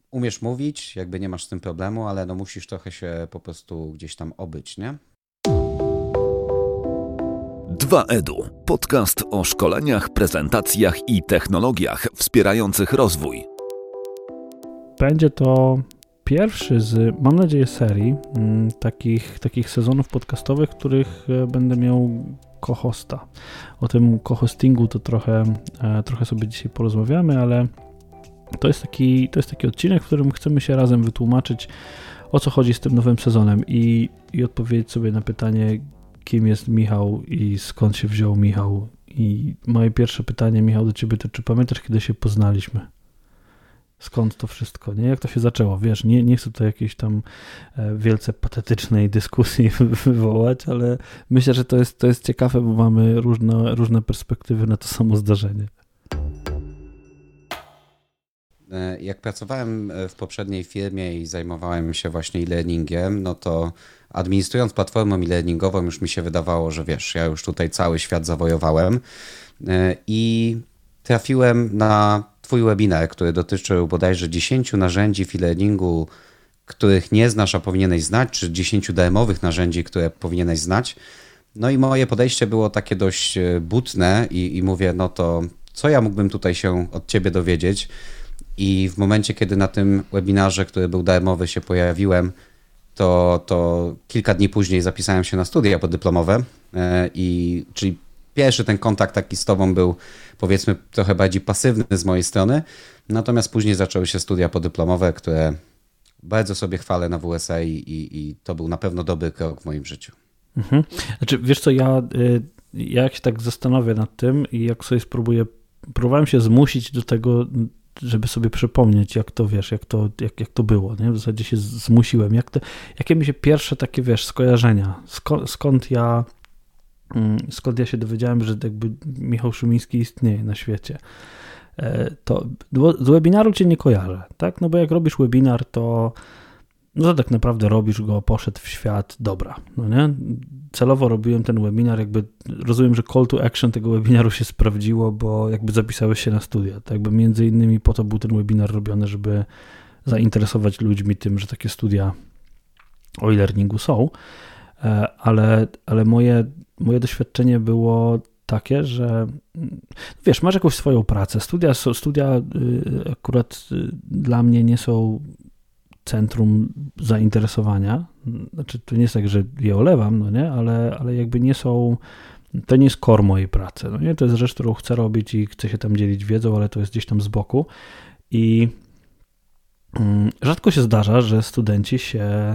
umiesz mówić, jakby nie masz z tym problemu, ale no musisz trochę się po prostu gdzieś tam obyć, nie? 2EDU. Podcast o szkoleniach, prezentacjach i technologiach wspierających rozwój. Będzie to pierwszy z, mam nadzieję, serii takich sezonów podcastowych, w których będę miał co-hosta. O tym co-hostingu to trochę sobie dzisiaj porozmawiamy, ale to jest taki odcinek, w którym chcemy się razem wytłumaczyć, o co chodzi z tym nowym sezonem i odpowiedzieć sobie na pytanie, kim jest Michał i skąd się wziął Michał. I moje pierwsze pytanie, Michał, do ciebie to, czy pamiętasz, kiedy się poznaliśmy? Skąd to wszystko, nie? Jak to się zaczęło? Wiesz, nie chcę tutaj jakiejś tam wielce patetycznej dyskusji wywołać, ale myślę, że to jest ciekawe, bo mamy różne perspektywy na to samo zdarzenie. Jak pracowałem w poprzedniej firmie i zajmowałem się właśnie e-learningiem, no to administrując platformą e-learningową już mi się wydawało, że wiesz, ja już tutaj cały świat zawojowałem i trafiłem na twój webinar, który dotyczył bodajże 10 narzędzi w e-learningu, których nie znasz, a powinieneś znać, czy 10 darmowych narzędzi, które powinieneś znać. No i moje podejście było takie dość butne i mówię, no to co ja mógłbym tutaj się od ciebie dowiedzieć? I w momencie, kiedy na tym webinarze, który był darmowy, się pojawiłem, to kilka dni później zapisałem się na studia podyplomowe, czyli pierwszy ten kontakt taki z tobą był, powiedzmy, trochę bardziej pasywny z mojej strony, natomiast później zaczęły się studia podyplomowe, które bardzo sobie chwalę na WSA i to był na pewno dobry krok w moim życiu. Mhm. Znaczy, wiesz co, ja jak się tak zastanowię nad tym i jak sobie próbowałem się zmusić do tego, żeby sobie przypomnieć, jak to, wiesz, jak to było, nie? W zasadzie się zmusiłem. Jakie mi się pierwsze takie, wiesz, skojarzenia? Skąd ja się dowiedziałem, że jakby Michał Szumiński istnieje na świecie? To z webinaru cię nie kojarzę, tak? No bo jak robisz webinar, to tak naprawdę robisz go, poszedł w świat, dobra, no nie? Celowo robiłem ten webinar, jakby rozumiem, że call to action tego webinaru się sprawdziło, bo jakby zapisałeś się na studia, tak? Jakby między innymi po to był ten webinar robiony, żeby zainteresować ludźmi tym, że takie studia o e-learningu są, ale moje doświadczenie było takie, że wiesz, masz jakąś swoją pracę, studia akurat dla mnie nie są centrum zainteresowania, znaczy to nie jest tak, że je olewam, no nie, ale jakby nie są, to nie jest core mojej pracy, no nie, to jest rzecz, którą chcę robić i chcę się tam dzielić wiedzą, ale to jest gdzieś tam z boku i rzadko się zdarza, że studenci się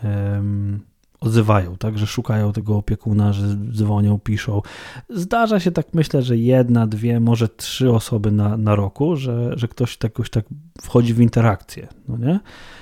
odzywają, tak, że szukają tego opiekuna, że dzwonią, piszą. Zdarza się tak, myślę, że 1, 2, może 3 osoby na roku, że ktoś jakoś tak wchodzi w interakcję, no nie?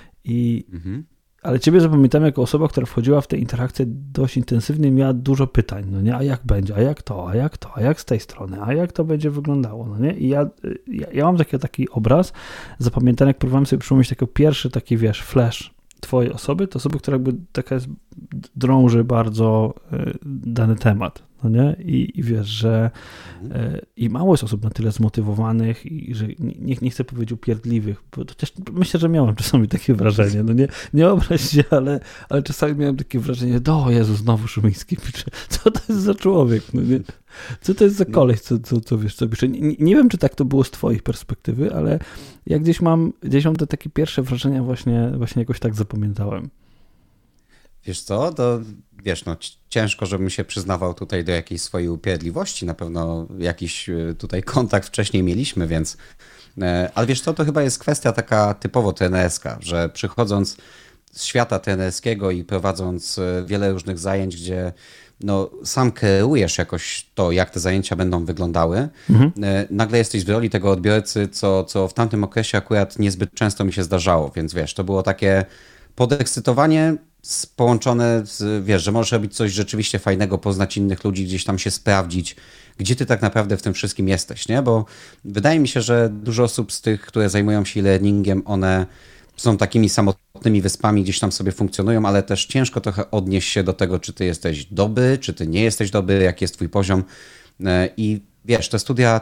Ale ciebie zapamiętam jako osoba, która wchodziła w te interakcje dość intensywnie, miała dużo pytań, no nie, a jak będzie, a jak z tej strony, a jak to będzie wyglądało, no nie, i ja mam taki obraz zapamiętany, jak próbowałem sobie przypomnieć taki pierwszy taki, wiesz, flash twojej osoby, to osoby, która jakby taka jest, drąży bardzo dany temat, no nie? I wiesz, że i mało jest osób na tyle zmotywowanych i że nie chcę powiedzieć upierdliwych, bo chociaż myślę, że miałem czasami takie wrażenie, no nie obraź się, ale czasami miałem takie wrażenie, o Jezu, znowu Szumiński pisze, co to jest za człowiek, no nie? Co to jest za koleś, co wiesz, co pisze. Nie wiem, czy tak to było z twojej perspektywy, ale ja gdzieś mam te takie pierwsze wrażenia właśnie jakoś tak zapamiętałem. Wiesz co, to wiesz, no ciężko, żebym się przyznawał tutaj do jakiejś swojej upierdliwości, na pewno jakiś tutaj kontakt wcześniej mieliśmy, więc, ale wiesz co, to chyba jest kwestia taka typowo trenerska, że przychodząc z świata trenerskiego i prowadząc wiele różnych zajęć, gdzie no, sam kreujesz jakoś to, jak te zajęcia będą wyglądały, nagle jesteś w roli tego odbiorcy, co w tamtym okresie akurat niezbyt często mi się zdarzało, więc wiesz, to było takie podekscytowanie połączone z, wiesz, że możesz robić coś rzeczywiście fajnego, poznać innych ludzi, gdzieś tam się sprawdzić, gdzie ty tak naprawdę w tym wszystkim jesteś, nie? Bo wydaje mi się, że dużo osób z tych, które zajmują się e-learningiem, one są takimi samotnymi wyspami, gdzieś tam sobie funkcjonują, ale też ciężko trochę odnieść się do tego, czy ty jesteś dobry, czy ty nie jesteś dobry, jaki jest twój poziom. I wiesz, te studia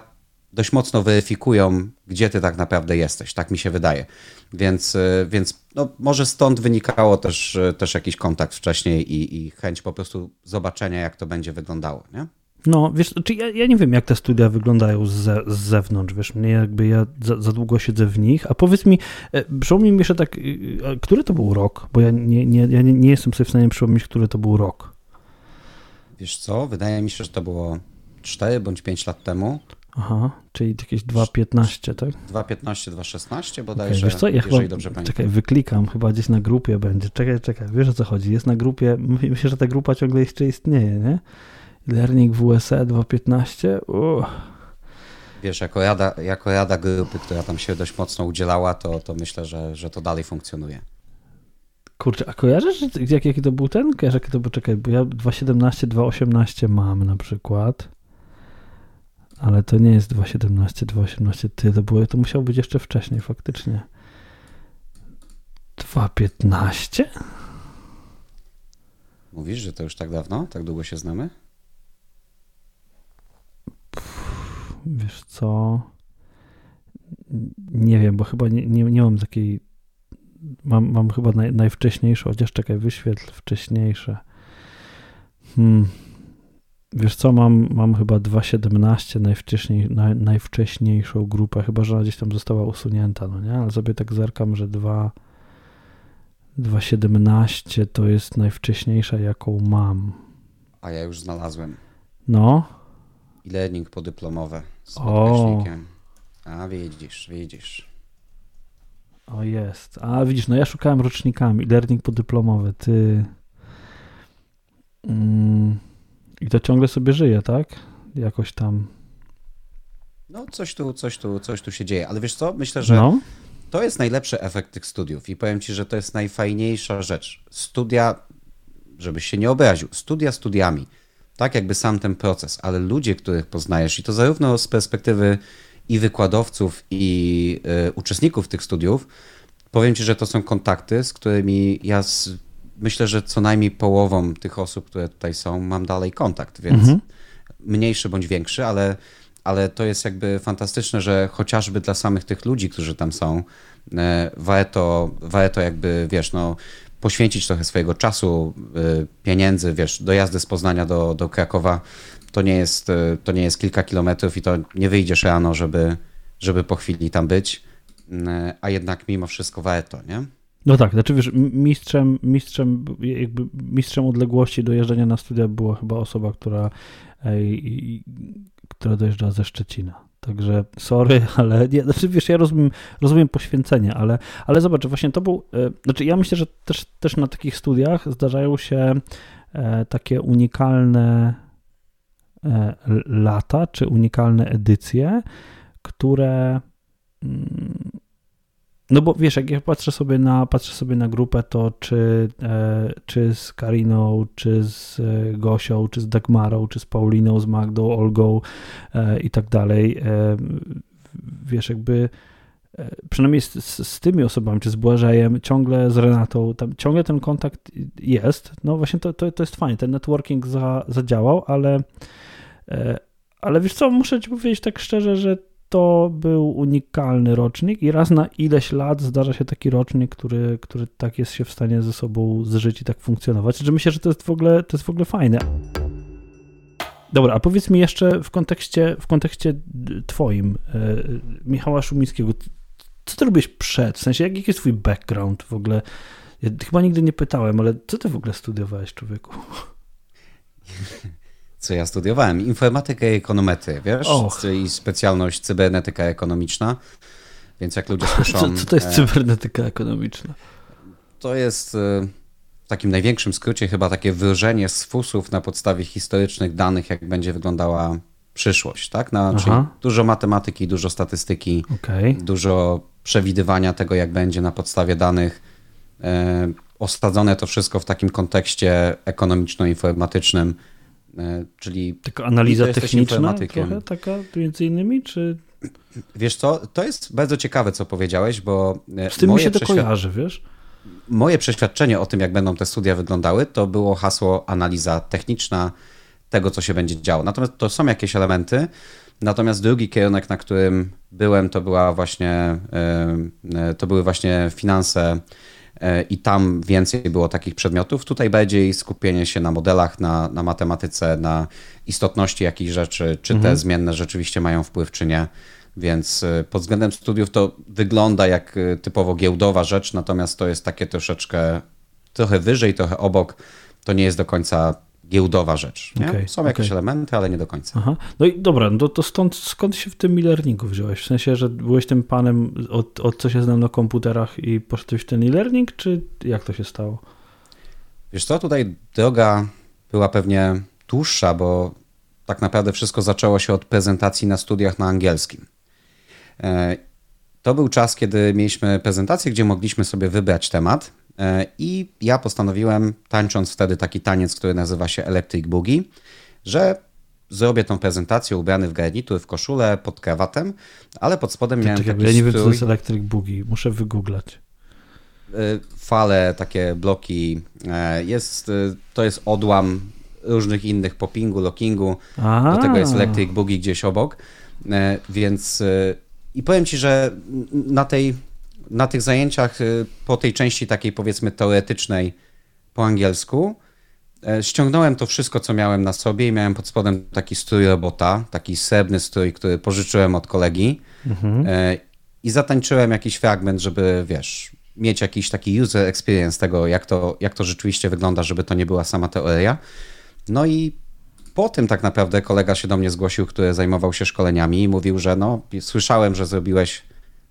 dość mocno weryfikują, gdzie ty tak naprawdę jesteś, tak mi się wydaje. Więc no, może stąd wynikało też jakiś kontakt wcześniej i chęć po prostu zobaczenia, jak to będzie wyglądało, nie? No, wiesz, czy ja nie wiem, jak te studia wyglądają z zewnątrz, wiesz, mnie jakby ja za długo siedzę w nich, a powiedz mi, przypomnij mi jeszcze tak, który to był rok, bo ja nie jestem sobie w stanie przypomnieć, który to był rok. Wiesz co, wydaje mi się, że to było 4 bądź 5 lat temu. Aha, czyli jakieś 2.15, tak? 2.15, 2.16 bodajże, wiesz co, ja jeżeli chyba, dobrze pamiętam. czekaj, wyklikam, chyba gdzieś na grupie będzie. Czekaj, wiesz o co chodzi, jest na grupie, myślę, że ta grupa ciągle jeszcze istnieje, nie? Learning WSE 2.15, Wiesz, jako rada grupy, która tam się dość mocno udzielała, to myślę, że to dalej funkcjonuje. Kurczę, a kojarzysz, jaki to był ten? Kojarzysz, jaki to był, czekaj, bo ja 2.17, 2.18 mam na przykład, ale to nie jest 2.17, 2.18, to musiało być jeszcze wcześniej, faktycznie. 2.15? Mówisz, że to już tak dawno? Tak długo się znamy? Wiesz co? Nie wiem, bo chyba nie mam takiej... Mam chyba najwcześniejsze, chociaż czekaj, wyświetl wcześniejsze. Wiesz co, mam chyba 2.17 najwcześniejszą grupę, chyba że ona gdzieś tam została usunięta, no nie? Ale sobie tak zerkam, że 2.17 to jest najwcześniejsza, jaką mam. A ja już znalazłem. No. E-learning podyplomowe z podkreśnikiem. A widzisz. O jest. A widzisz, no ja szukałem rocznikami. E-learning podyplomowy, ty... I to ciągle sobie żyje, tak? Jakoś tam... No coś tu się dzieje, ale wiesz co? Myślę, że to jest najlepszy efekt tych studiów i powiem ci, że to jest najfajniejsza rzecz. Studia, żebyś się nie obraził, studia studiami, tak jakby sam ten proces, ale ludzie, których poznajesz i to zarówno z perspektywy i wykładowców, i uczestników tych studiów, powiem ci, że to są kontakty, z którymi ja myślę, że co najmniej połową tych osób, które tutaj są, mam dalej kontakt, więc mniejszy bądź większy, ale to jest jakby fantastyczne, że chociażby dla samych tych ludzi, którzy tam są, warto jakby, wiesz, no, poświęcić trochę swojego czasu, pieniędzy, wiesz, dojazdy z Poznania do Krakowa, to nie jest kilka kilometrów i to nie wyjdziesz rano, żeby po chwili tam być, a jednak mimo wszystko warto, nie? No tak, znaczy wiesz, mistrzem odległości do jeżdżenia na studia była chyba osoba, która dojeżdża ze Szczecina. Także sorry, ale nie, znaczy wiesz, ja rozumiem poświęcenie, ale zobacz, właśnie to był, znaczy ja myślę, że też na takich studiach zdarzają się takie unikalne lata, czy unikalne edycje, które no bo wiesz, jak ja patrzę sobie na grupę, to czy z Kariną, czy z Gosią, czy z Dagmarą, czy z Pauliną, z Magdą, Olgą i tak dalej, wiesz, jakby przynajmniej z tymi osobami, czy z Błażejem, ciągle z Renatą, tam ciągle ten kontakt jest, no właśnie to jest fajnie, ten networking zadziałał, ale wiesz co, muszę ci powiedzieć tak szczerze, że to był unikalny rocznik i raz na ileś lat zdarza się taki rocznik, który tak jest się w stanie ze sobą zżyć i tak funkcjonować. Że myślę, że to jest w ogóle fajne. Dobra, a powiedz mi jeszcze w kontekście twoim, Michała Szumińskiego, co ty robiłeś przed? W sensie, jaki jest twój background w ogóle? Ja chyba nigdy nie pytałem, ale co ty w ogóle studiowałeś, człowieku? Co ja studiowałem? Informatykę i ekonometrię, wiesz? I specjalność cybernetyka ekonomiczna. Więc jak ludzie słyszą... Co to jest cybernetyka ekonomiczna? To jest w takim największym skrócie chyba takie wróżenie z fusów na podstawie historycznych danych, jak będzie wyglądała przyszłość, tak? Czyli dużo matematyki, dużo statystyki, dużo przewidywania tego, jak będzie na podstawie danych. Osadzone to wszystko w takim kontekście ekonomiczno-informatycznym, czyli... Taka analiza techniczna trochę taka między innymi, czy... Wiesz co, to jest bardzo ciekawe, co powiedziałeś, bo... Z tym mi się to kojarzy, wiesz? Moje przeświadczenie o tym, jak będą te studia wyglądały, to było hasło analiza techniczna tego, co się będzie działo. Natomiast to są jakieś elementy, Natomiast drugi kierunek, na którym byłem, to były właśnie finanse i tam więcej było takich przedmiotów. Tutaj bardziej skupienie się na modelach, na matematyce, na istotności jakichś rzeczy, czy te zmienne rzeczywiście mają wpływ, czy nie. Więc pod względem studiów to wygląda jak typowo giełdowa rzecz, natomiast to jest takie trochę wyżej, trochę obok. To nie jest do końca giełdowa rzecz. Nie? Są jakieś elementy, ale nie do końca. Aha. No i dobra, no to skąd się w tym e-learningu wziąłeś? W sensie, że byłeś tym panem od co się znam na komputerach i poszedłeś w ten e-learning, czy jak to się stało? Wiesz co, tutaj droga była pewnie dłuższa, bo tak naprawdę wszystko zaczęło się od prezentacji na studiach na angielskim. To był czas, kiedy mieliśmy prezentację, gdzie mogliśmy sobie wybrać temat i ja postanowiłem, tańcząc wtedy taki taniec, który nazywa się Electric Boogie, że zrobię tą prezentację ubrany w garnitur, w koszulę, pod krawatem, ale pod spodem miałem taki strój. Ja nie wiem, co to jest Electric Boogie, muszę wygooglać. Fale, takie bloki, to jest odłam różnych innych poppingu, lockingu, do tego jest Electric Boogie gdzieś obok, więc i powiem Ci, że na tych zajęciach po tej części takiej powiedzmy teoretycznej po angielsku ściągnąłem to wszystko, co miałem na sobie i miałem pod spodem taki strój robota, taki srebrny strój, który pożyczyłem od kolegi i zatańczyłem jakiś fragment, żeby mieć jakiś taki user experience tego, jak to rzeczywiście wygląda, żeby to nie była sama teoria. No i po tym tak naprawdę kolega się do mnie zgłosił, który zajmował się szkoleniami i mówił, że słyszałem, że zrobiłeś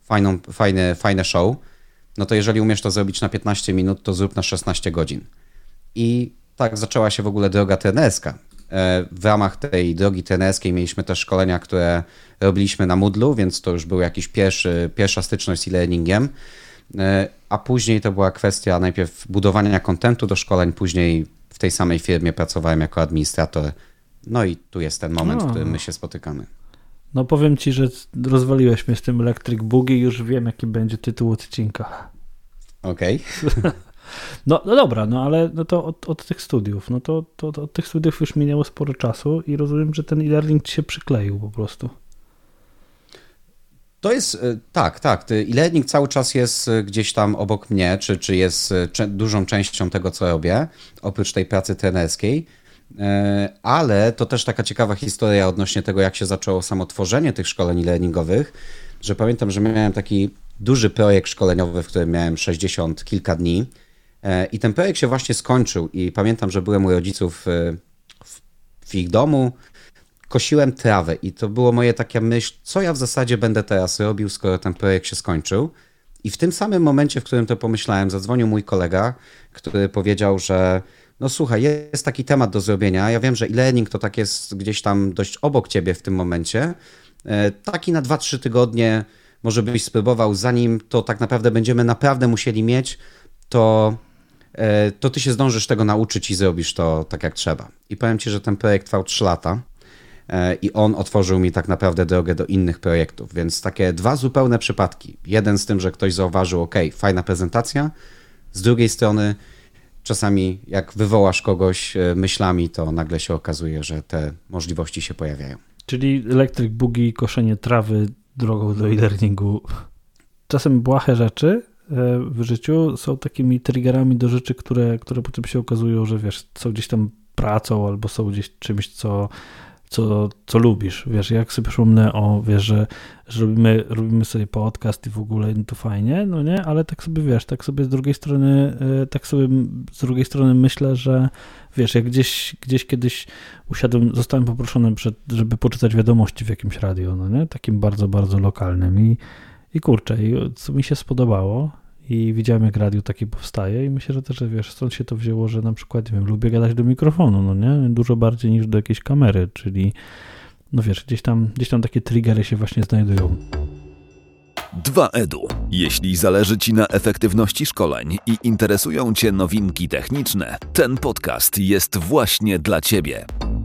fajne show, no to jeżeli umiesz to zrobić na 15 minut, to zrób na 16 godzin. I tak zaczęła się w ogóle droga trenerska. W ramach tej drogi trenerskiej mieliśmy też szkolenia, które robiliśmy na Moodle'u, więc to już był jakiś pierwsza styczność z e-learningiem, a później to była kwestia najpierw budowania kontentu do szkoleń, później w tej samej firmie pracowałem jako administrator. No i tu jest ten moment, w którym my się spotykamy. No powiem Ci, że rozwaliłeś mnie z tym Electric Boogie, już wiem, jaki będzie tytuł odcinka. Okej. No dobra, no ale no to od tych studiów, no to od tych studiów już minęło sporo czasu i rozumiem, że ten e-learning Ci się przykleił po prostu. To jest, tak, e-learning cały czas jest gdzieś tam obok mnie, czy jest dużą częścią tego, co robię, oprócz tej pracy trenerskiej, ale to też taka ciekawa historia odnośnie tego, jak się zaczęło samo tworzenie tych szkoleń e-learningowych, że pamiętam, że miałem taki duży projekt szkoleniowy, w którym miałem 60 kilka dni i ten projekt się właśnie skończył i pamiętam, że byłem u rodziców w ich domu, kosiłem trawę i to było moje taka myśl, co ja w zasadzie będę teraz robił, skoro ten projekt się skończył. I w tym samym momencie, w którym to pomyślałem, zadzwonił mój kolega, który powiedział, że no słuchaj, jest taki temat do zrobienia, ja wiem, że e-learning to tak jest gdzieś tam dość obok ciebie w tym momencie, taki na 2-3 tygodnie może byś spróbował, zanim to tak naprawdę będziemy naprawdę musieli mieć, to ty się zdążysz tego nauczyć i zrobisz to tak jak trzeba. I powiem Ci, że ten projekt trwał 3 lata. I on otworzył mi tak naprawdę drogę do innych projektów, więc takie 2 zupełne przypadki. Jeden z tym, że ktoś zauważył, fajna prezentacja, z drugiej strony czasami jak wywołasz kogoś myślami, to nagle się okazuje, że te możliwości się pojawiają. Czyli Electric Boogie, koszenie trawy drogą do e-learningu. Czasem błahe rzeczy w życiu są takimi triggerami do rzeczy, które potem się okazują, że są gdzieś tam pracą albo są gdzieś czymś, co lubisz, jak sobie przypomnę że robimy sobie podcast i w ogóle to fajnie, no nie, ale tak sobie tak sobie z drugiej strony myślę, że jak gdzieś kiedyś usiadłem, zostałem poproszony żeby poczytać wiadomości w jakimś radio, no nie, takim bardzo, bardzo lokalnym i kurczę, co mi się spodobało i widziałem, jak radio takie powstaje i myślę, że też, stąd się to wzięło, że na przykład, lubię gadać do mikrofonu, no nie? Dużo bardziej niż do jakiejś kamery, czyli, gdzieś tam takie triggery się właśnie znajdują. 2EDU. Jeśli zależy Ci na efektywności szkoleń i interesują Cię nowinki techniczne, ten podcast jest właśnie dla Ciebie.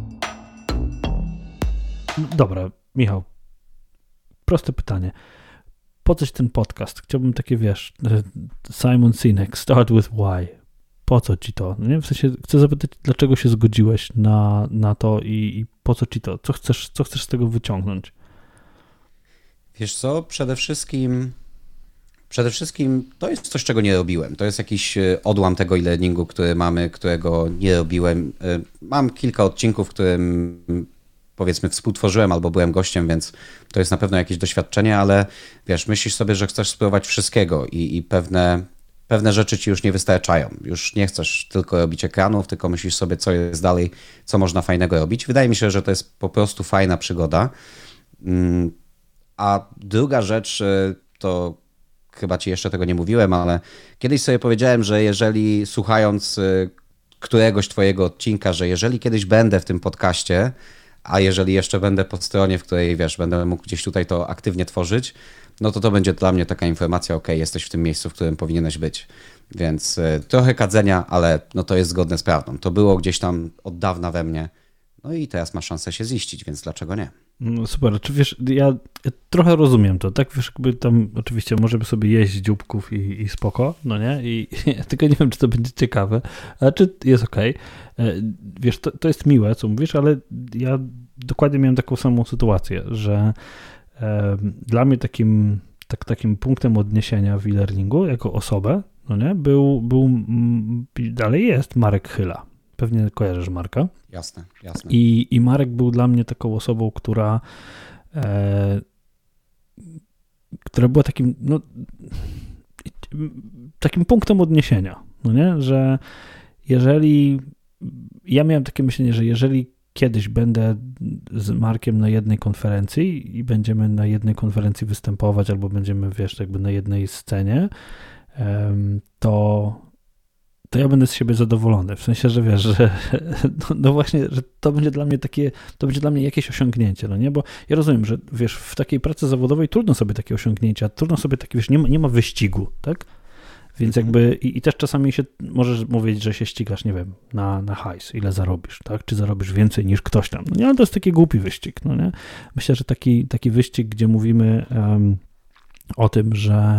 Dobra, Michał, proste pytanie. Po coś ten podcast? Chciałbym takie, Simon Sinek, start with why. po co ci to? No nie? W sensie chcę zapytać, dlaczego się zgodziłeś na to i po co ci to? Co chcesz z tego wyciągnąć? Wiesz co, przede wszystkim to jest coś, czego nie robiłem. To jest jakiś odłam tego e-learningu, który mamy, którego nie robiłem. Mam kilka odcinków, w którym powiedzmy współtworzyłem albo byłem gościem, więc to jest na pewno jakieś doświadczenie, ale wiesz, myślisz sobie, że chcesz spróbować wszystkiego i pewne rzeczy ci już nie wystarczają. Już nie chcesz tylko robić ekranów, tylko myślisz sobie, co jest dalej, co można fajnego robić. Wydaje mi się, że to jest po prostu fajna przygoda. A druga rzecz to chyba ci jeszcze tego nie mówiłem, ale kiedyś sobie powiedziałem, że jeżeli słuchając któregoś twojego odcinka, że jeżeli kiedyś będę w tym podcaście, a jeżeli jeszcze będę po stronie, w której wiesz, będę mógł gdzieś tutaj to aktywnie tworzyć, no to będzie dla mnie taka informacja, ok, jesteś w tym miejscu, w którym powinieneś być. Więc trochę kadzenia, ale no to jest zgodne z prawdą. To było gdzieś tam od dawna we mnie. No i teraz ma szansę się ziścić, więc dlaczego nie? No super, czy wiesz, ja trochę rozumiem to, tak? Wiesz, jakby tam oczywiście możemy sobie jeść dzióbków i spoko, no nie? I tylko nie wiem, czy to będzie ciekawe, a czy jest okej. Wiesz, to jest miłe, co mówisz, ale ja dokładnie miałem taką samą sytuację, że dla mnie takim punktem odniesienia w e-learningu jako osobę, no nie? Był dalej jest Marek Chyla. Pewnie kojarzysz Marka. Jasne. I Marek był dla mnie taką osobą, która była takim punktem odniesienia, no nie? Że jeżeli ja miałem takie myślenie, że jeżeli kiedyś będę z Markiem na jednej konferencji i będziemy na jednej konferencji występować albo będziemy, wiesz, jakby na jednej scenie, to ja będę z siebie zadowolony. W sensie, że wiesz, że no właśnie, że to będzie dla mnie jakieś osiągnięcie, no nie? Bo ja rozumiem, że wiesz, w takiej pracy zawodowej trudno sobie takie osiągnięcia, trudno sobie takie, wiesz, nie ma wyścigu, tak? Więc jakby i też czasami się możesz mówić, że się ścigasz, nie wiem, na hajs, ile zarobisz, tak? Czy zarobisz więcej niż ktoś tam. No nie, ale to jest taki głupi wyścig, no nie? Myślę, że taki wyścig, gdzie mówimy o tym, że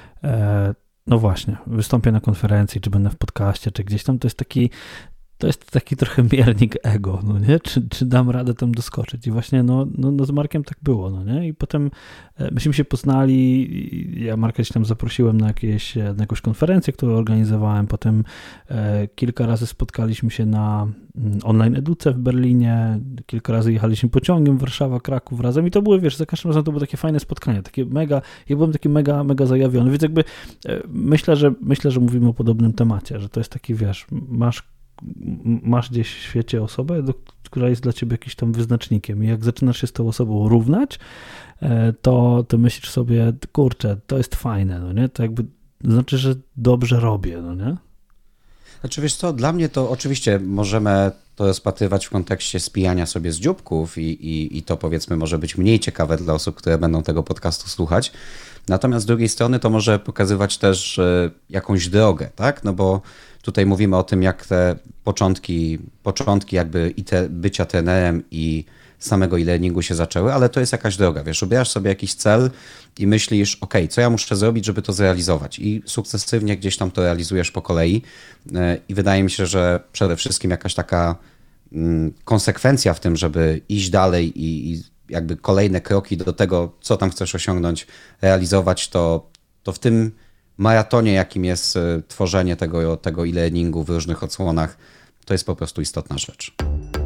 no właśnie, wystąpię na konferencji, czy będę w podcaście, czy gdzieś tam, to jest taki trochę miernik ego, no nie? Czy dam radę tam doskoczyć? I właśnie no z Markiem tak było, no nie? I potem myśmy się poznali, ja Marka gdzieś tam zaprosiłem na jakąś konferencję, którą organizowałem, potem kilka razy spotkaliśmy się na online educe w Berlinie, kilka razy jechaliśmy pociągiem Warszawa, Kraków razem i to były, wiesz, za każdym razem to było takie fajne spotkanie, takie mega, ja byłem taki mega, mega zajawiony, więc jakby myślę, że mówimy o podobnym temacie, że to jest taki, wiesz, masz gdzieś w świecie osobę, która jest dla ciebie jakimś tam wyznacznikiem i jak zaczynasz się z tą osobą równać, to myślisz sobie, kurczę, to jest fajne, no nie? To jakby znaczy, że dobrze robię, no nie? Znaczy wiesz co, dla mnie to oczywiście możemy to rozpatrywać w kontekście spijania sobie z dzióbków i to powiedzmy może być mniej ciekawe dla osób, które będą tego podcastu słuchać. Natomiast z drugiej strony to może pokazywać też jakąś drogę, tak? No bo tutaj mówimy o tym, jak te początki jakby bycia trenerem i samego e-learningu się zaczęły, ale to jest jakaś droga, wiesz, ubierasz sobie jakiś cel i myślisz, ok, co ja muszę zrobić, żeby to zrealizować i sukcesywnie gdzieś tam to realizujesz po kolei i wydaje mi się, że przede wszystkim jakaś taka konsekwencja w tym, żeby iść dalej i jakby kolejne kroki do tego, co tam chcesz osiągnąć, realizować, to w tym maratonie, jakim jest tworzenie tego e-learningu w różnych odsłonach, to jest po prostu istotna rzecz.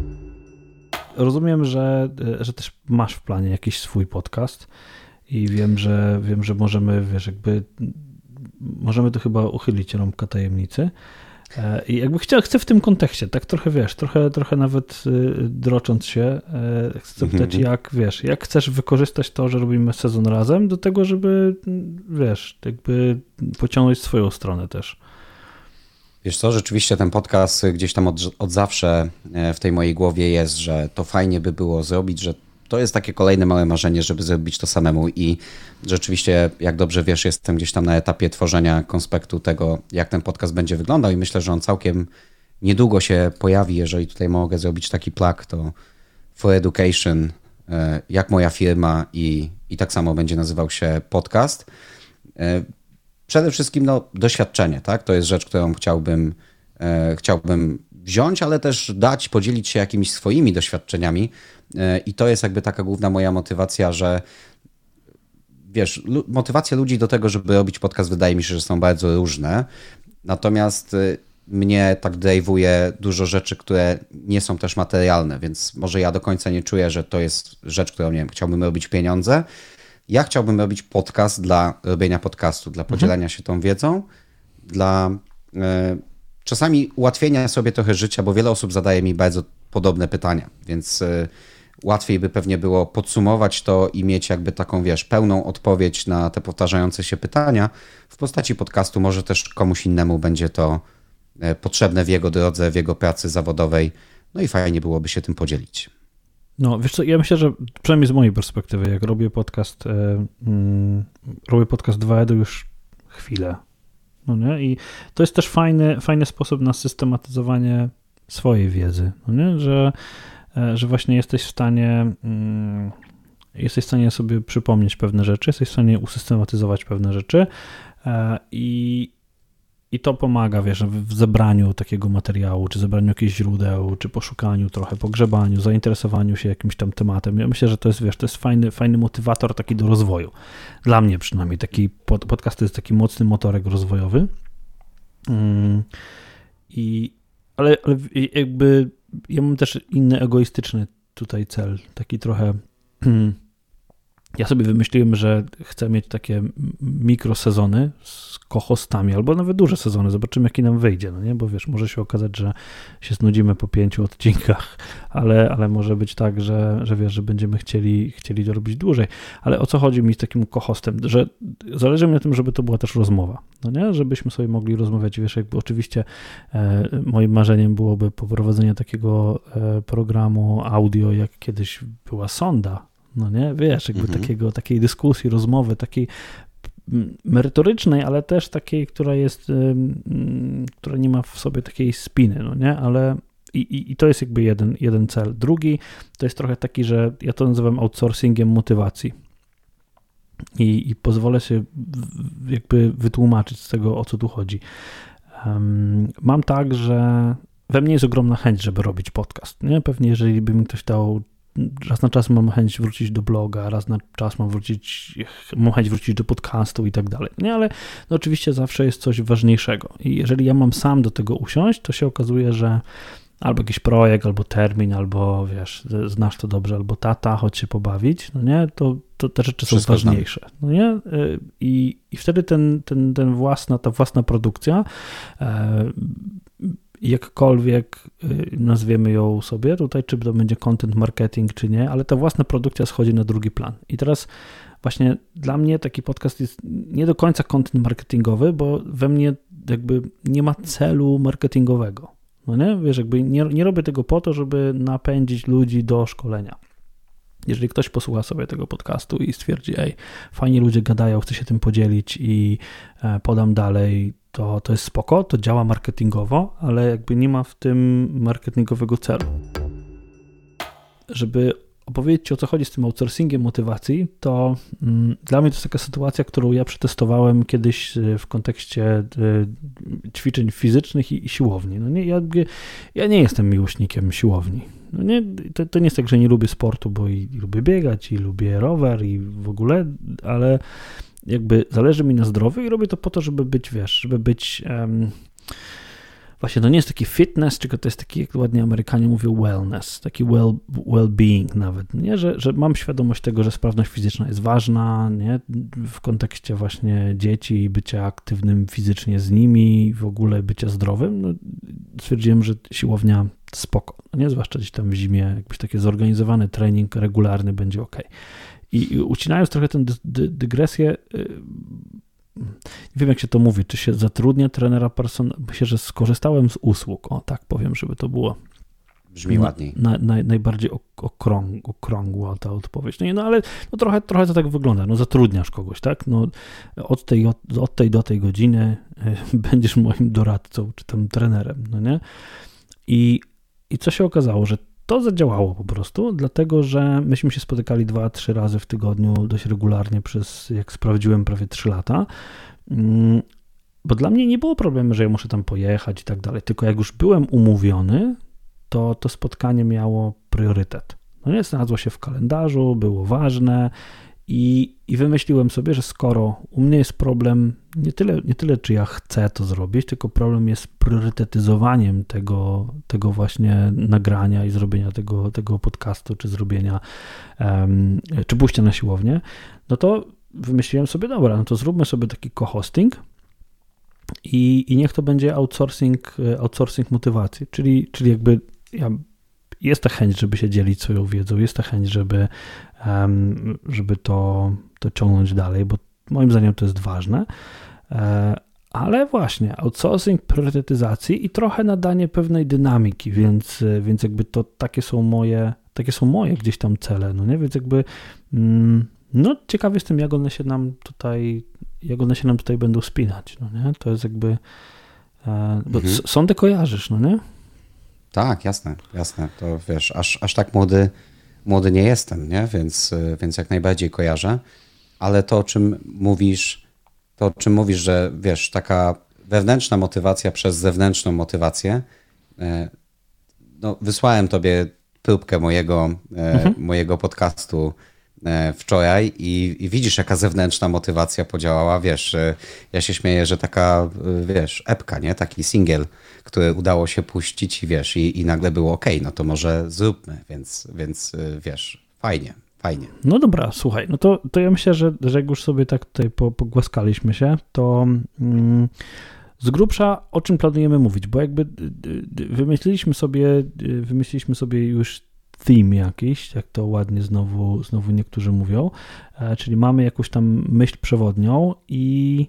Rozumiem, że też masz w planie jakiś swój podcast i wiem, że możemy, wiesz, jakby możemy to chyba uchylić rąbka tajemnicy. I jakby chcę w tym kontekście, tak trochę, wiesz, trochę nawet drocząc się, chcę zapytać, jak chcesz wykorzystać to, że robimy sezon razem do tego, żeby, wiesz, jakby pociągnąć swoją stronę też. Wiesz co, rzeczywiście ten podcast gdzieś tam od zawsze w tej mojej głowie jest, że to fajnie by było zrobić, że to jest takie kolejne małe marzenie, żeby zrobić to samemu i rzeczywiście, jak dobrze wiesz, jestem gdzieś tam na etapie tworzenia konspektu tego, jak ten podcast będzie wyglądał i myślę, że on całkiem niedługo się pojawi, jeżeli tutaj mogę zrobić taki plug, to For Education, jak moja firma i tak samo będzie nazywał się podcast. Przede wszystkim doświadczenie, tak? To jest rzecz, którą chciałbym chciałbym wziąć, ale też dać, podzielić się jakimiś swoimi doświadczeniami i to jest jakby taka główna moja motywacja, że wiesz, motywacja ludzi do tego, żeby robić podcast, wydaje mi się, że są bardzo różne, natomiast mnie tak drive'uje dużo rzeczy, które nie są też materialne, więc może ja do końca nie czuję, że to jest rzecz, którą, nie wiem, chciałbym robić pieniądze. Ja chciałbym robić podcast dla robienia podcastu, dla podzielenia się tą wiedzą, dla czasami ułatwienia sobie trochę życia, bo wiele osób zadaje mi bardzo podobne pytania, więc łatwiej by pewnie było podsumować to i mieć jakby taką, wiesz, pełną odpowiedź na te powtarzające się pytania w postaci podcastu. Może też komuś innemu będzie to potrzebne w jego drodze, w jego pracy zawodowej. No i fajnie byłoby się tym podzielić. No, wiesz co, ja myślę, że przynajmniej z mojej perspektywy, jak robię podcast 2EDU już chwilę, no nie? I to jest też fajny sposób na systematyzowanie swojej wiedzy, no nie? Że właśnie jesteś w stanie sobie przypomnieć pewne rzeczy, jesteś w stanie usystematyzować pewne rzeczy i to pomaga, wiesz, w zebraniu takiego materiału, czy zebraniu jakichś źródeł, czy poszukaniu trochę, pogrzebaniu, zainteresowaniu się jakimś tam tematem. Ja myślę, że to jest, wiesz, to jest fajny motywator taki do rozwoju. Dla mnie przynajmniej taki podcast to jest taki mocny motorek rozwojowy. Ale jakby ja mam też inny egoistyczny tutaj cel, taki trochę ja sobie wymyśliłem, że chcę mieć takie mikrosezony z co-hostami, albo nawet duże sezony, zobaczymy jaki nam wyjdzie, no nie, bo wiesz, może się okazać, że się znudzimy po 5 odcinkach, ale może być tak, że wiesz, że będziemy chcieli to robić dłużej, ale o co chodzi mi z takim co-hostem, że zależy mi na tym, żeby to była też rozmowa, no nie, żebyśmy sobie mogli rozmawiać, wiesz, jakby oczywiście moim marzeniem byłoby poprowadzenie takiego programu audio, jak kiedyś była Sonda, no nie, wiesz, jakby takiej dyskusji, rozmowy, takiej merytorycznej, ale też takiej, która nie ma w sobie takiej spiny, no nie, ale i to jest jakby jeden cel. Drugi to jest trochę taki, że ja to nazywam outsourcingiem motywacji i pozwolę się jakby wytłumaczyć z tego, o co tu chodzi. Mam tak, że we mnie jest ogromna chęć, żeby robić podcast, nie, pewnie jeżeli by mi ktoś dał raz na czas mam chęć wrócić do bloga, raz na czas mam chęć wrócić do podcastu i tak dalej. Nie, ale no oczywiście zawsze jest coś ważniejszego. I jeżeli ja mam sam do tego usiąść, to się okazuje, że albo jakiś projekt, albo termin, albo wiesz, znasz to dobrze, albo tata, chodź się pobawić, no nie, to te rzeczy są ważniejsze. No nie? I wtedy ta własna produkcja jakkolwiek nazwiemy ją sobie tutaj, czy to będzie content marketing, czy nie, ale ta własna produkcja schodzi na drugi plan. I teraz właśnie dla mnie taki podcast jest nie do końca content marketingowy, bo we mnie jakby nie ma celu marketingowego. No nie? Wiesz, jakby nie robię tego po to, żeby napędzić ludzi do szkolenia. Jeżeli ktoś posłucha sobie tego podcastu i stwierdzi, fajnie ludzie gadają, chcę się tym podzielić i podam dalej, to jest spoko, to działa marketingowo, ale jakby nie ma w tym marketingowego celu. Żeby opowiedzieć Ci, o co chodzi z tym outsourcingiem motywacji, to dla mnie to jest taka sytuacja, którą ja przetestowałem kiedyś w kontekście ćwiczeń fizycznych i siłowni. No nie, ja nie jestem miłośnikiem siłowni. No nie, to nie jest tak, że nie lubię sportu, bo i lubię biegać, i lubię rower, i w ogóle, ale jakby zależy mi na zdrowiu i robię to po to, żeby być, wiesz, żeby być właśnie to nie jest taki fitness, tylko to jest taki, jak ładnie Amerykanie mówią, wellness, taki well-being nawet, nie? Że mam świadomość tego, że sprawność fizyczna jest ważna, nie? W kontekście właśnie dzieci, bycia aktywnym fizycznie z nimi, w ogóle bycia zdrowym, no, stwierdziłem, że siłownia spoko, nie? Zwłaszcza gdzieś tam w zimie, jakiś taki zorganizowany trening regularny będzie ok. I ucinając trochę tę dygresję, nie wiem, jak się to mówi, czy się zatrudnia trenera personalnego, myślę, że skorzystałem z usług, o tak powiem, żeby to było brzmi ładniej. Najbardziej okrągła ta odpowiedź. No ale no trochę to tak wygląda, no zatrudniasz kogoś, tak, no od tej do tej godziny będziesz moim doradcą, czy tam trenerem, no nie? I co się okazało, że to zadziałało po prostu, dlatego że myśmy się spotykali 2-3 razy w tygodniu dość regularnie jak sprawdziłem, prawie 3 lata. Bo dla mnie nie było problemu, że ja muszę tam pojechać i tak dalej, tylko jak już byłem umówiony, to spotkanie miało priorytet. No nie, znalazło się w kalendarzu, było ważne i wymyśliłem sobie, że skoro u mnie jest problem nie tyle, czy ja chcę to zrobić, tylko problem jest priorytetyzowaniem tego właśnie nagrania i zrobienia tego podcastu, czy zrobienia, czy pójścia na siłownię, no to wymyśliłem sobie, dobra, no to zróbmy sobie taki co-hosting i niech to będzie outsourcing motywacji, czyli jakby jest ta chęć, żeby się dzielić swoją wiedzą, jest ta chęć, żeby to ciągnąć dalej, bo moim zdaniem to jest ważne, ale właśnie outsourcing priorytetyzacji i trochę nadanie pewnej dynamiki, więc jakby to takie są moje gdzieś tam cele, no nie, więc jakby no ciekawy jestem, jak one się nam tutaj będą spinać, no nie, to jest jakby, bo sądy kojarzysz, no nie? Tak, jasne. To wiesz, aż tak młody nie jestem, nie? Więc jak najbardziej kojarzę, ale to, o czym mówisz, że wiesz, taka wewnętrzna motywacja przez zewnętrzną motywację, no wysłałem tobie próbkę mojego podcastu wczoraj i widzisz, jaka zewnętrzna motywacja podziałała, wiesz, ja się śmieję, że taka, wiesz, epka, nie, taki singiel, który udało się puścić i wiesz, i nagle było okej, no to może zróbmy, więc wiesz, fajnie. No dobra, słuchaj, no to ja myślę, że jak już sobie tak tutaj pogłaskaliśmy się, to z grubsza o czym planujemy mówić, bo jakby wymyśliliśmy sobie już theme jakiś, jak to ładnie znowu niektórzy mówią, czyli mamy jakąś tam myśl przewodnią i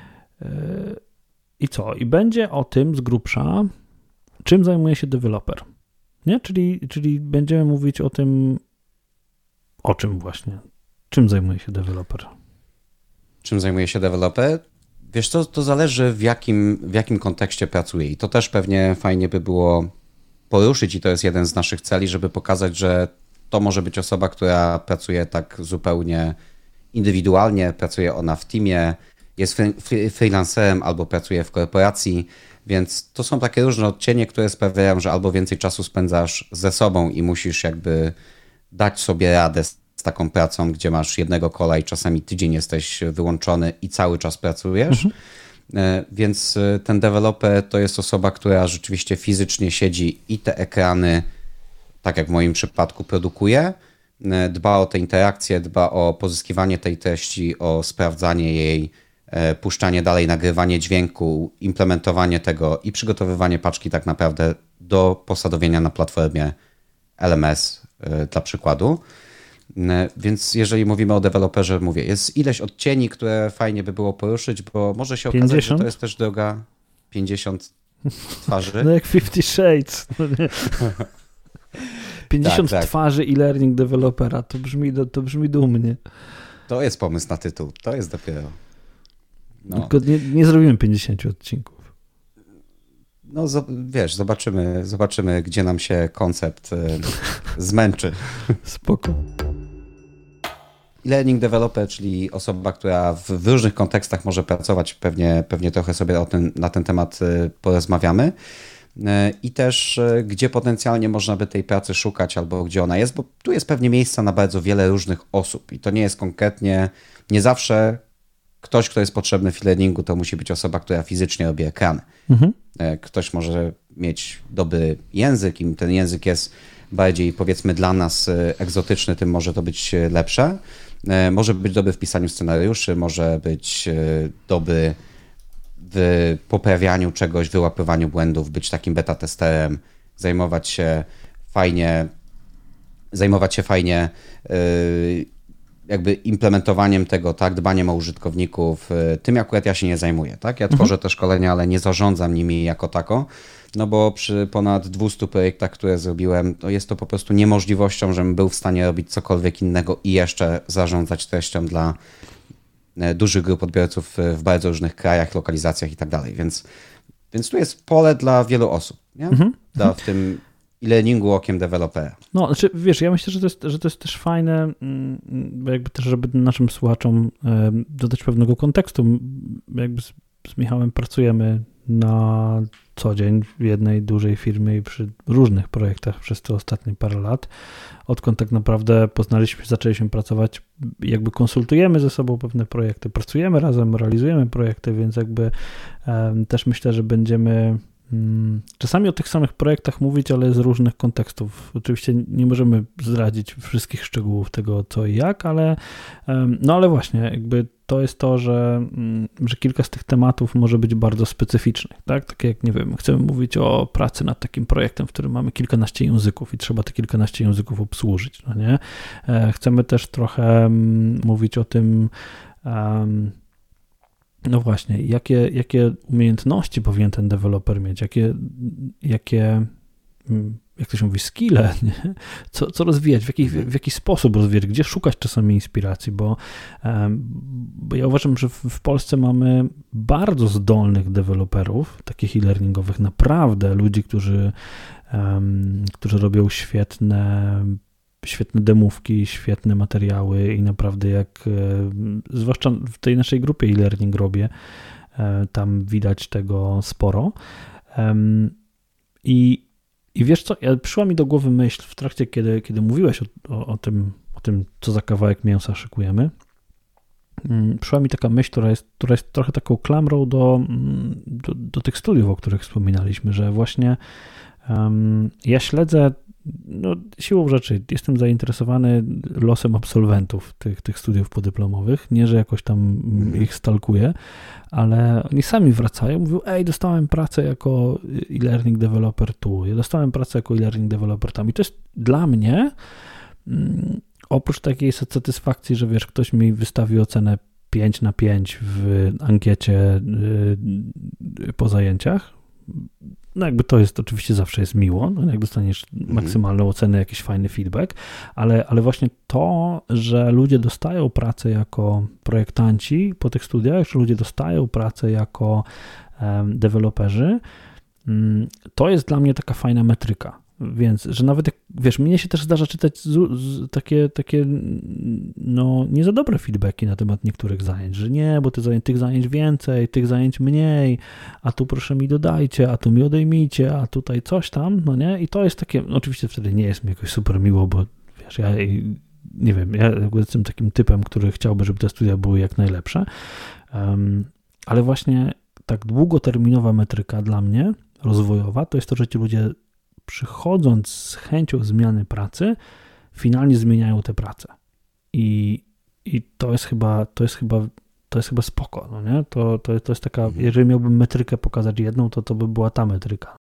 co? I będzie o tym z grubsza, czym zajmuje się deweloper, nie? Czyli będziemy mówić o tym, o czym właśnie, czym zajmuje się deweloper. Czym zajmuje się deweloper? Wiesz co, to zależy w jakim kontekście pracuje i to też pewnie fajnie by było poruszyć i to jest jeden z naszych celi, żeby pokazać, że to może być osoba, która pracuje tak zupełnie indywidualnie, pracuje ona w teamie, jest freelancerem albo pracuje w korporacji, więc to są takie różne odcienie, które sprawiają, że albo więcej czasu spędzasz ze sobą i musisz jakby dać sobie radę z taką pracą, gdzie masz jednego kola i czasami tydzień jesteś wyłączony i cały czas pracujesz. Więc ten deweloper to jest osoba, która rzeczywiście fizycznie siedzi i te ekrany, tak jak w moim przypadku, produkuje, dba o te interakcje, dba o pozyskiwanie tej treści, o sprawdzanie jej, puszczanie dalej, nagrywanie dźwięku, implementowanie tego i przygotowywanie paczki tak naprawdę do posadowienia na platformie LMS dla przykładu. Więc jeżeli mówimy o deweloperze, mówię, jest ileś odcieni, które fajnie by było poruszyć, bo może się okazać, 50? Że to jest też droga 50 twarzy. No jak 50 Shades. No 50 tak. Twarzy e-learning dewelopera, to brzmi dumnie. To jest pomysł na tytuł, to jest dopiero. No. Tylko nie zrobimy 50 odcinków. No wiesz, zobaczymy, gdzie nam się koncept zmęczy. Spoko. E-learning developer, czyli osoba, która w różnych kontekstach może pracować, pewnie trochę sobie na ten temat porozmawiamy. I też gdzie potencjalnie można by tej pracy szukać albo gdzie ona jest, bo tu jest pewnie miejsca na bardzo wiele różnych osób i to nie jest konkretnie, nie zawsze ktoś, kto jest potrzebny w e-learningu, to musi być osoba, która fizycznie robi ekrany. Ktoś może mieć dobry język, im ten język jest bardziej, powiedzmy, dla nas egzotyczny, tym może to być lepsze. Może być dobry w pisaniu scenariuszy, może być dobry w poprawianiu czegoś, wyłapywaniu błędów, być takim beta testerem, zajmować się fajnie jakby implementowaniem tego, tak, dbaniem o użytkowników. Tym akurat ja się nie zajmuję, tak? Ja tworzę te szkolenia, ale nie zarządzam nimi jako tako, no bo przy ponad 200 projektach, które zrobiłem, to jest to po prostu niemożliwością, żebym był w stanie robić cokolwiek innego i jeszcze zarządzać treścią dla dużych grup odbiorców w bardzo różnych krajach, lokalizacjach i tak dalej. Więc tu jest pole dla wielu osób, nie? W tym e-learningu okiem dewelopera. No, znaczy, wiesz, ja myślę, że to jest też fajne, jakby też, żeby naszym słuchaczom dodać pewnego kontekstu, jakby z Michałem pracujemy na co dzień w jednej dużej firmie i przy różnych projektach przez te ostatnie parę lat. Odkąd tak naprawdę zaczęliśmy pracować, jakby konsultujemy ze sobą pewne projekty, pracujemy razem, realizujemy projekty, więc jakby też myślę, że będziemy czasami o tych samych projektach mówić, ale z różnych kontekstów. Oczywiście nie możemy zdradzić wszystkich szczegółów tego, co i jak, ale właśnie, jakby to jest to, że kilka z tych tematów może być bardzo specyficznych, tak? Takie jak, nie wiem, chcemy mówić o pracy nad takim projektem, w którym mamy kilkanaście języków i trzeba te kilkanaście języków obsłużyć, no nie? Chcemy też trochę mówić o tym, no właśnie, jakie umiejętności powinien ten deweloper mieć, jakie jak to się mówi, skille, nie? Co rozwijać, w jaki sposób rozwijać, gdzie szukać czasami inspiracji, bo ja uważam, że w Polsce mamy bardzo zdolnych deweloperów, takich e-learningowych, naprawdę ludzi, którzy robią świetne demówki, świetne materiały i naprawdę zwłaszcza w tej naszej grupie e-learning robię, tam widać tego sporo. I wiesz co, przyszła mi do głowy myśl w trakcie, kiedy mówiłeś o tym, co za kawałek mięsa szykujemy. Przyszła mi taka myśl, która jest trochę taką klamrą do tych studiów, o których wspominaliśmy, że właśnie ja śledzę, no siłą rzeczy, jestem zainteresowany losem absolwentów tych studiów podyplomowych, nie, że jakoś tam ich stalkuję, ale oni sami wracają, mówią, dostałem pracę jako e-learning developer tu, ja dostałem pracę jako e-learning developer tam i to jest dla mnie, oprócz takiej satysfakcji, że wiesz, ktoś mi wystawi ocenę 5/5 w ankiecie po zajęciach, no jakby to jest, oczywiście zawsze jest miło, no jak dostaniesz maksymalną ocenę, jakiś fajny feedback, ale właśnie to, że ludzie dostają pracę jako projektanci po tych studiach, że ludzie dostają pracę jako deweloperzy, to jest dla mnie taka fajna metryka. Więc, że nawet jak, wiesz, mnie się też zdarza czytać takie no nie za dobre feedbacki na temat niektórych zajęć, że nie, bo tych zajęć więcej, tych zajęć mniej, a tu proszę mi dodajcie, a tu mi odejmijcie, a tutaj coś tam, no nie? I to jest takie, no oczywiście wtedy nie jest mi jakoś super miło, bo wiesz, ja nie wiem, ja jestem takim typem, który chciałby, żeby te studia były jak najlepsze, ale właśnie tak długoterminowa metryka dla mnie, rozwojowa, to jest to, że ci ludzie przychodząc z chęcią zmiany pracy, finalnie zmieniają tę pracę. I to jest chyba spoko, no nie? To jest taka, jeżeli miałbym metrykę pokazać jedną, to by była ta metryka.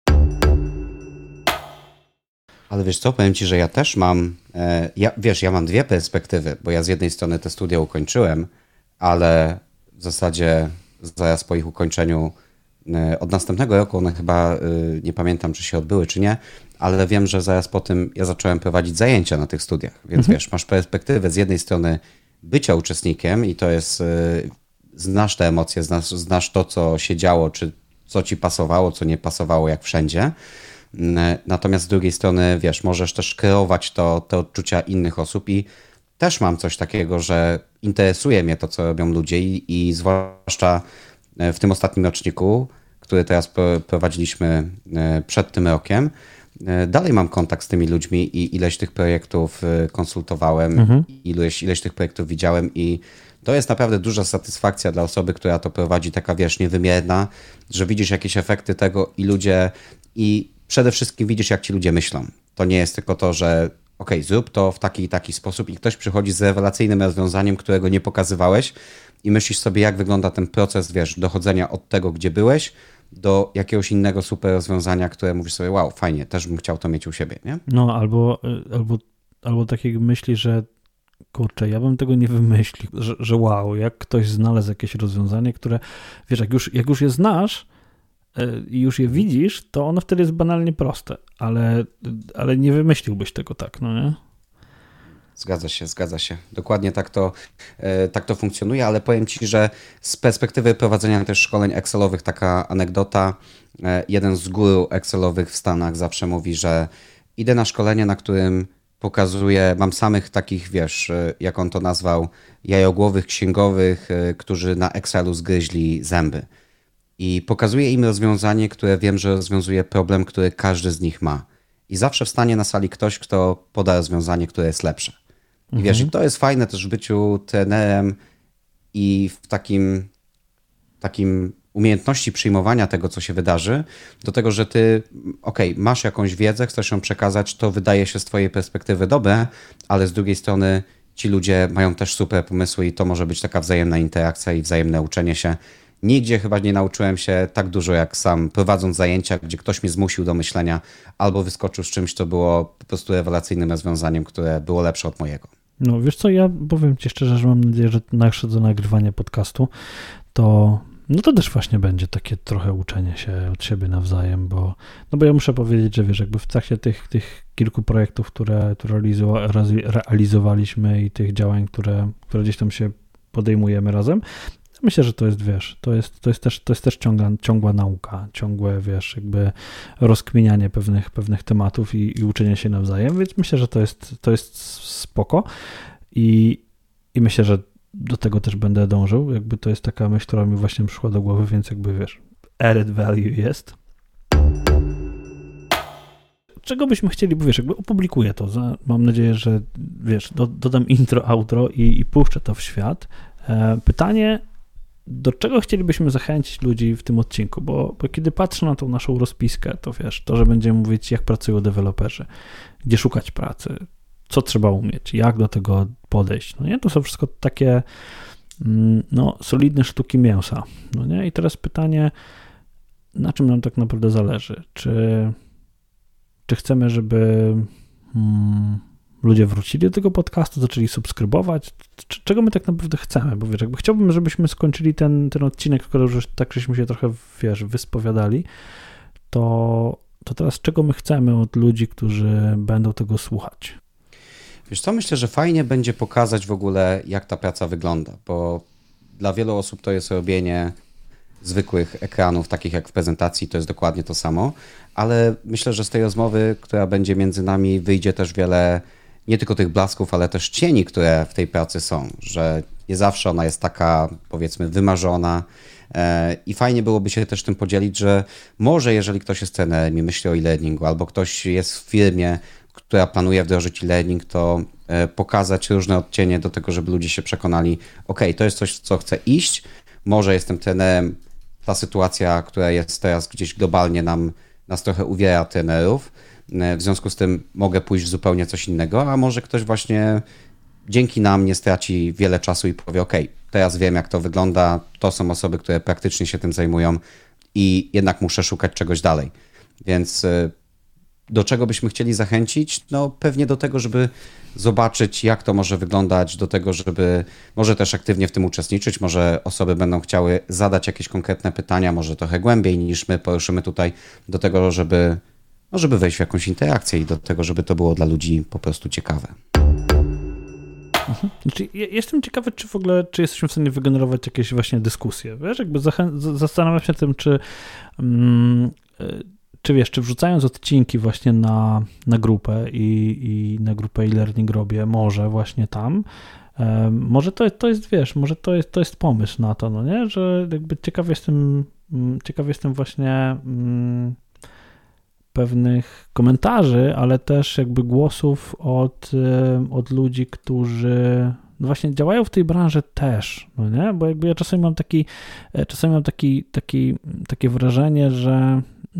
Ale wiesz co, powiem ci, że ja też mam, ja mam dwie perspektywy, bo ja z jednej strony te studia ukończyłem, ale w zasadzie zaraz po ich ukończeniu od następnego roku one chyba, nie pamiętam, czy się odbyły, czy nie, ale wiem, że zaraz po tym ja zacząłem prowadzić zajęcia na tych studiach, więc wiesz, masz perspektywę z jednej strony bycia uczestnikiem i to jest, znasz te emocje, znasz to, co się działo, czy co ci pasowało, co nie pasowało, jak wszędzie. Natomiast z drugiej strony, wiesz, możesz też kreować te odczucia innych osób i też mam coś takiego, że interesuje mnie to, co robią ludzie i zwłaszcza w tym ostatnim roczniku, który teraz prowadziliśmy przed tym rokiem, dalej mam kontakt z tymi ludźmi i ileś tych projektów konsultowałem, ileś tych projektów widziałem i to jest naprawdę duża satysfakcja dla osoby, która to prowadzi, taka wiesz, niewymierna, że widzisz jakieś efekty tego i przede wszystkim widzisz, jak ci ludzie myślą. To nie jest tylko to, że okej, zrób to w taki i taki sposób i ktoś przychodzi z rewelacyjnym rozwiązaniem, którego nie pokazywałeś i myślisz sobie, jak wygląda ten proces, wiesz, dochodzenia od tego, gdzie byłeś, do jakiegoś innego super rozwiązania, które mówisz sobie, wow, fajnie, też bym chciał to mieć u siebie, nie? No, albo takiej myśli, że kurczę, ja bym tego nie wymyślił, że wow, jak ktoś znalazł jakieś rozwiązanie, które, wiesz, jak już je znasz i już je widzisz, to ono wtedy jest banalnie proste, ale nie wymyśliłbyś tego tak, no nie? Zgadza się. Dokładnie tak to funkcjonuje, ale powiem ci, że z perspektywy prowadzenia też szkoleń Excelowych taka anegdota, jeden z guru Excelowych w Stanach zawsze mówi, że idę na szkolenie, na którym pokazuję, mam samych takich, wiesz, jak on to nazwał, jajogłowych księgowych, którzy na Excelu zgryźli zęby. i pokazuję im rozwiązanie, które wiem, że rozwiązuje problem, który każdy z nich ma. I zawsze wstanie na sali ktoś, kto poda rozwiązanie, które jest lepsze. I wiesz, i to jest fajne też w byciu trenerem i w takim umiejętności przyjmowania tego, co się wydarzy, do tego, że ty, masz jakąś wiedzę, chcesz ją przekazać, to wydaje się z twojej perspektywy dobre, ale z drugiej strony ci ludzie mają też super pomysły i to może być taka wzajemna interakcja i wzajemne uczenie się. Nigdzie chyba nie nauczyłem się tak dużo jak sam, prowadząc zajęcia, gdzie ktoś mnie zmusił do myślenia albo wyskoczył z czymś, co było po prostu rewelacyjnym rozwiązaniem, które było lepsze od mojego. No wiesz co, ja powiem ci szczerze, że mam nadzieję, że do nagrywania podcastu, to też właśnie będzie takie trochę uczenie się od siebie nawzajem, bo ja muszę powiedzieć, że wiesz, jakby w trakcie tych kilku projektów, które realizowaliśmy i tych działań, które gdzieś tam się podejmujemy razem, myślę, że to jest, wiesz, to jest też ciągła nauka, ciągłe, wiesz, jakby rozkminianie pewnych tematów i uczenie się nawzajem, więc myślę, że to jest spoko i myślę, że do tego też będę dążył, jakby to jest taka myśl, która mi właśnie przyszła do głowy, więc jakby, wiesz, added value jest. Czego byśmy chcieli, bo wiesz, jakby opublikuję to, mam nadzieję, że wiesz, dodam intro, outro i puszczę to w świat. Pytanie, do czego chcielibyśmy zachęcić ludzi w tym odcinku, bo kiedy patrzę na tą naszą rozpiskę, to wiesz, to, że będziemy mówić, jak pracują deweloperzy, gdzie szukać pracy, co trzeba umieć, jak do tego podejść, no nie? To są wszystko takie, solidne sztuki mięsa, no nie? I teraz pytanie, na czym nam tak naprawdę zależy? Czy chcemy, żeby ludzie wrócili do tego podcastu, zaczęli subskrybować? Czego my tak naprawdę chcemy? Bo wiesz, jakby chciałbym, żebyśmy skończyli ten odcinek, skoro już tak żeśmy się trochę, wiesz, wyspowiadali, to teraz czego my chcemy od ludzi, którzy będą tego słuchać? Wiesz co, myślę, że fajnie będzie pokazać w ogóle, jak ta praca wygląda, bo dla wielu osób to jest robienie zwykłych ekranów, takich jak w prezentacji, to jest dokładnie to samo, ale myślę, że z tej rozmowy, która będzie między nami, wyjdzie też wiele, nie tylko tych blasków, ale też cieni, które w tej pracy są, że nie zawsze ona jest taka, powiedzmy, wymarzona i fajnie byłoby się też tym podzielić, że może jeżeli ktoś jest trenerem i myśli o e-learningu, albo ktoś jest w firmie, która planuje wdrożyć e-learning, to pokazać różne odcienie do tego, żeby ludzie się przekonali, to jest coś, w co chcę iść, może jestem trenerem, ta sytuacja, która jest teraz gdzieś globalnie nas trochę uwiera trenerów, w związku z tym mogę pójść w zupełnie coś innego, a może ktoś właśnie dzięki nam nie straci wiele czasu i powie, teraz wiem, jak to wygląda, to są osoby, które praktycznie się tym zajmują i jednak muszę szukać czegoś dalej. Więc do czego byśmy chcieli zachęcić? No pewnie do tego, żeby zobaczyć, jak to może wyglądać, do tego, żeby może też aktywnie w tym uczestniczyć, może osoby będą chciały zadać jakieś konkretne pytania, może trochę głębiej niż my poruszymy tutaj, do tego, żeby wejść w jakąś interakcję i do tego, żeby to było dla ludzi po prostu ciekawe. Znaczy, jestem ciekawy, czy w ogóle, czy jesteśmy w stanie wygenerować jakieś właśnie dyskusje. Wiesz, jakby zastanawiam się tym, czy wrzucając odcinki właśnie na grupę i na grupę e-learning robię, może właśnie tam, może to jest, wiesz, może to jest pomysł na to, no nie, że jakby ciekaw jestem właśnie pewnych komentarzy, ale też jakby głosów od ludzi, którzy właśnie działają w tej branży też, no nie, bo jakby ja czasami mam takie wrażenie, że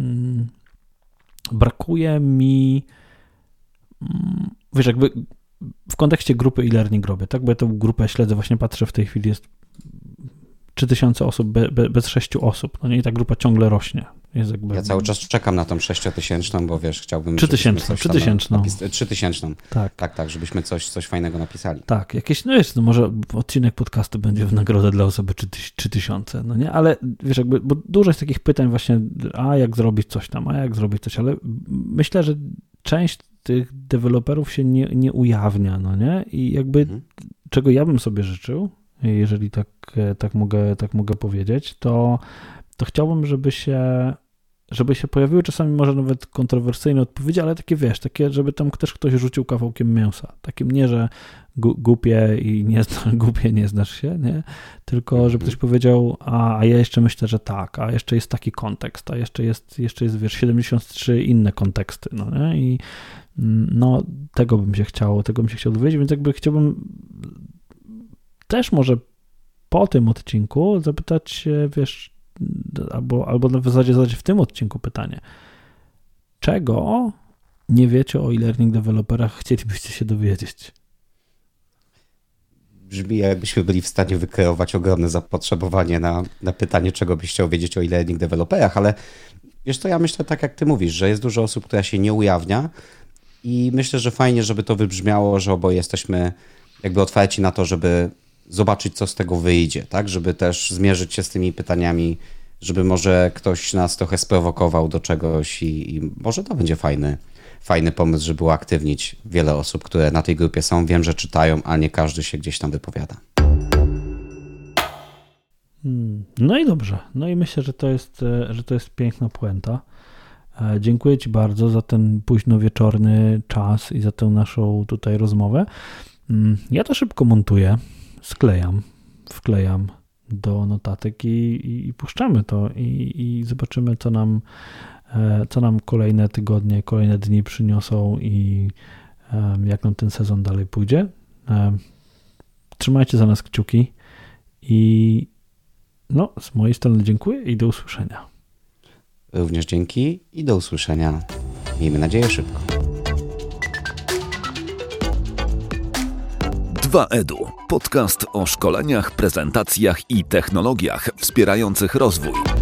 brakuje mi, wiesz, jakby w kontekście grupy e-learning robię, tak, bo ja tę grupę śledzę, właśnie patrzę, w tej chwili jest 3000 osób bez 6 osób, no nie, i ta grupa ciągle rośnie. Jest jakby... Ja cały czas czekam na tą 6000, bo wiesz, chciałbym... 3000. 3000. Tak, żebyśmy coś fajnego napisali. Tak, jakieś, no może odcinek podcastu będzie w nagrodę dla osoby 3000, no nie, ale wiesz, jakby, bo dużo jest takich pytań właśnie, jak zrobić coś tam, jak zrobić coś, ale myślę, że część tych deweloperów się nie ujawnia, no nie, i jakby czego ja bym sobie życzył, jeżeli tak mogę powiedzieć, to chciałbym, żeby się żeby się pojawiły czasami może nawet kontrowersyjne odpowiedzi, ale takie, wiesz, takie, żeby tam też ktoś rzucił kawałkiem mięsa. Takim nie, że głupie i głupie nie znasz się, nie? Tylko żeby ktoś powiedział, a ja jeszcze myślę, że tak, a jeszcze jest taki kontekst, a jeszcze jest wiesz, 73 inne konteksty, no nie? I no tego bym się chciał dowiedzieć, więc jakby chciałbym też może po tym odcinku zapytać się, wiesz, albo w zasadzie zadać w tym odcinku pytanie, czego nie wiecie o e-learning deweloperach, chcielibyście się dowiedzieć? Brzmi, jakbyśmy byli w stanie wykreować ogromne zapotrzebowanie na pytanie, czego byś chciał wiedzieć o e-learning deweloperach, ale wiesz co, ja myślę tak jak ty mówisz, że jest dużo osób, która się nie ujawnia i myślę, że fajnie, żeby to wybrzmiało, że oboje jesteśmy jakby otwarci na to, żeby zobaczyć, co z tego wyjdzie, tak? Żeby też zmierzyć się z tymi pytaniami, żeby może ktoś nas trochę sprowokował do czegoś i może to będzie fajny pomysł, żeby uaktywnić wiele osób, które na tej grupie są. Wiem, że czytają, a nie każdy się gdzieś tam wypowiada. No i dobrze. No i myślę, że to jest piękna puenta. Dziękuję Ci bardzo za ten późnowieczorny czas i za tę naszą tutaj rozmowę. Ja to szybko montuję, wklejam do notatek i puszczamy to i zobaczymy, co nam kolejne tygodnie, kolejne dni przyniosą i jak nam ten sezon dalej pójdzie. Trzymajcie za nas kciuki i no, z mojej strony dziękuję i do usłyszenia. Również dzięki i do usłyszenia. Miejmy nadzieję szybko. 2EDU. Podcast o szkoleniach, prezentacjach i technologiach wspierających rozwój.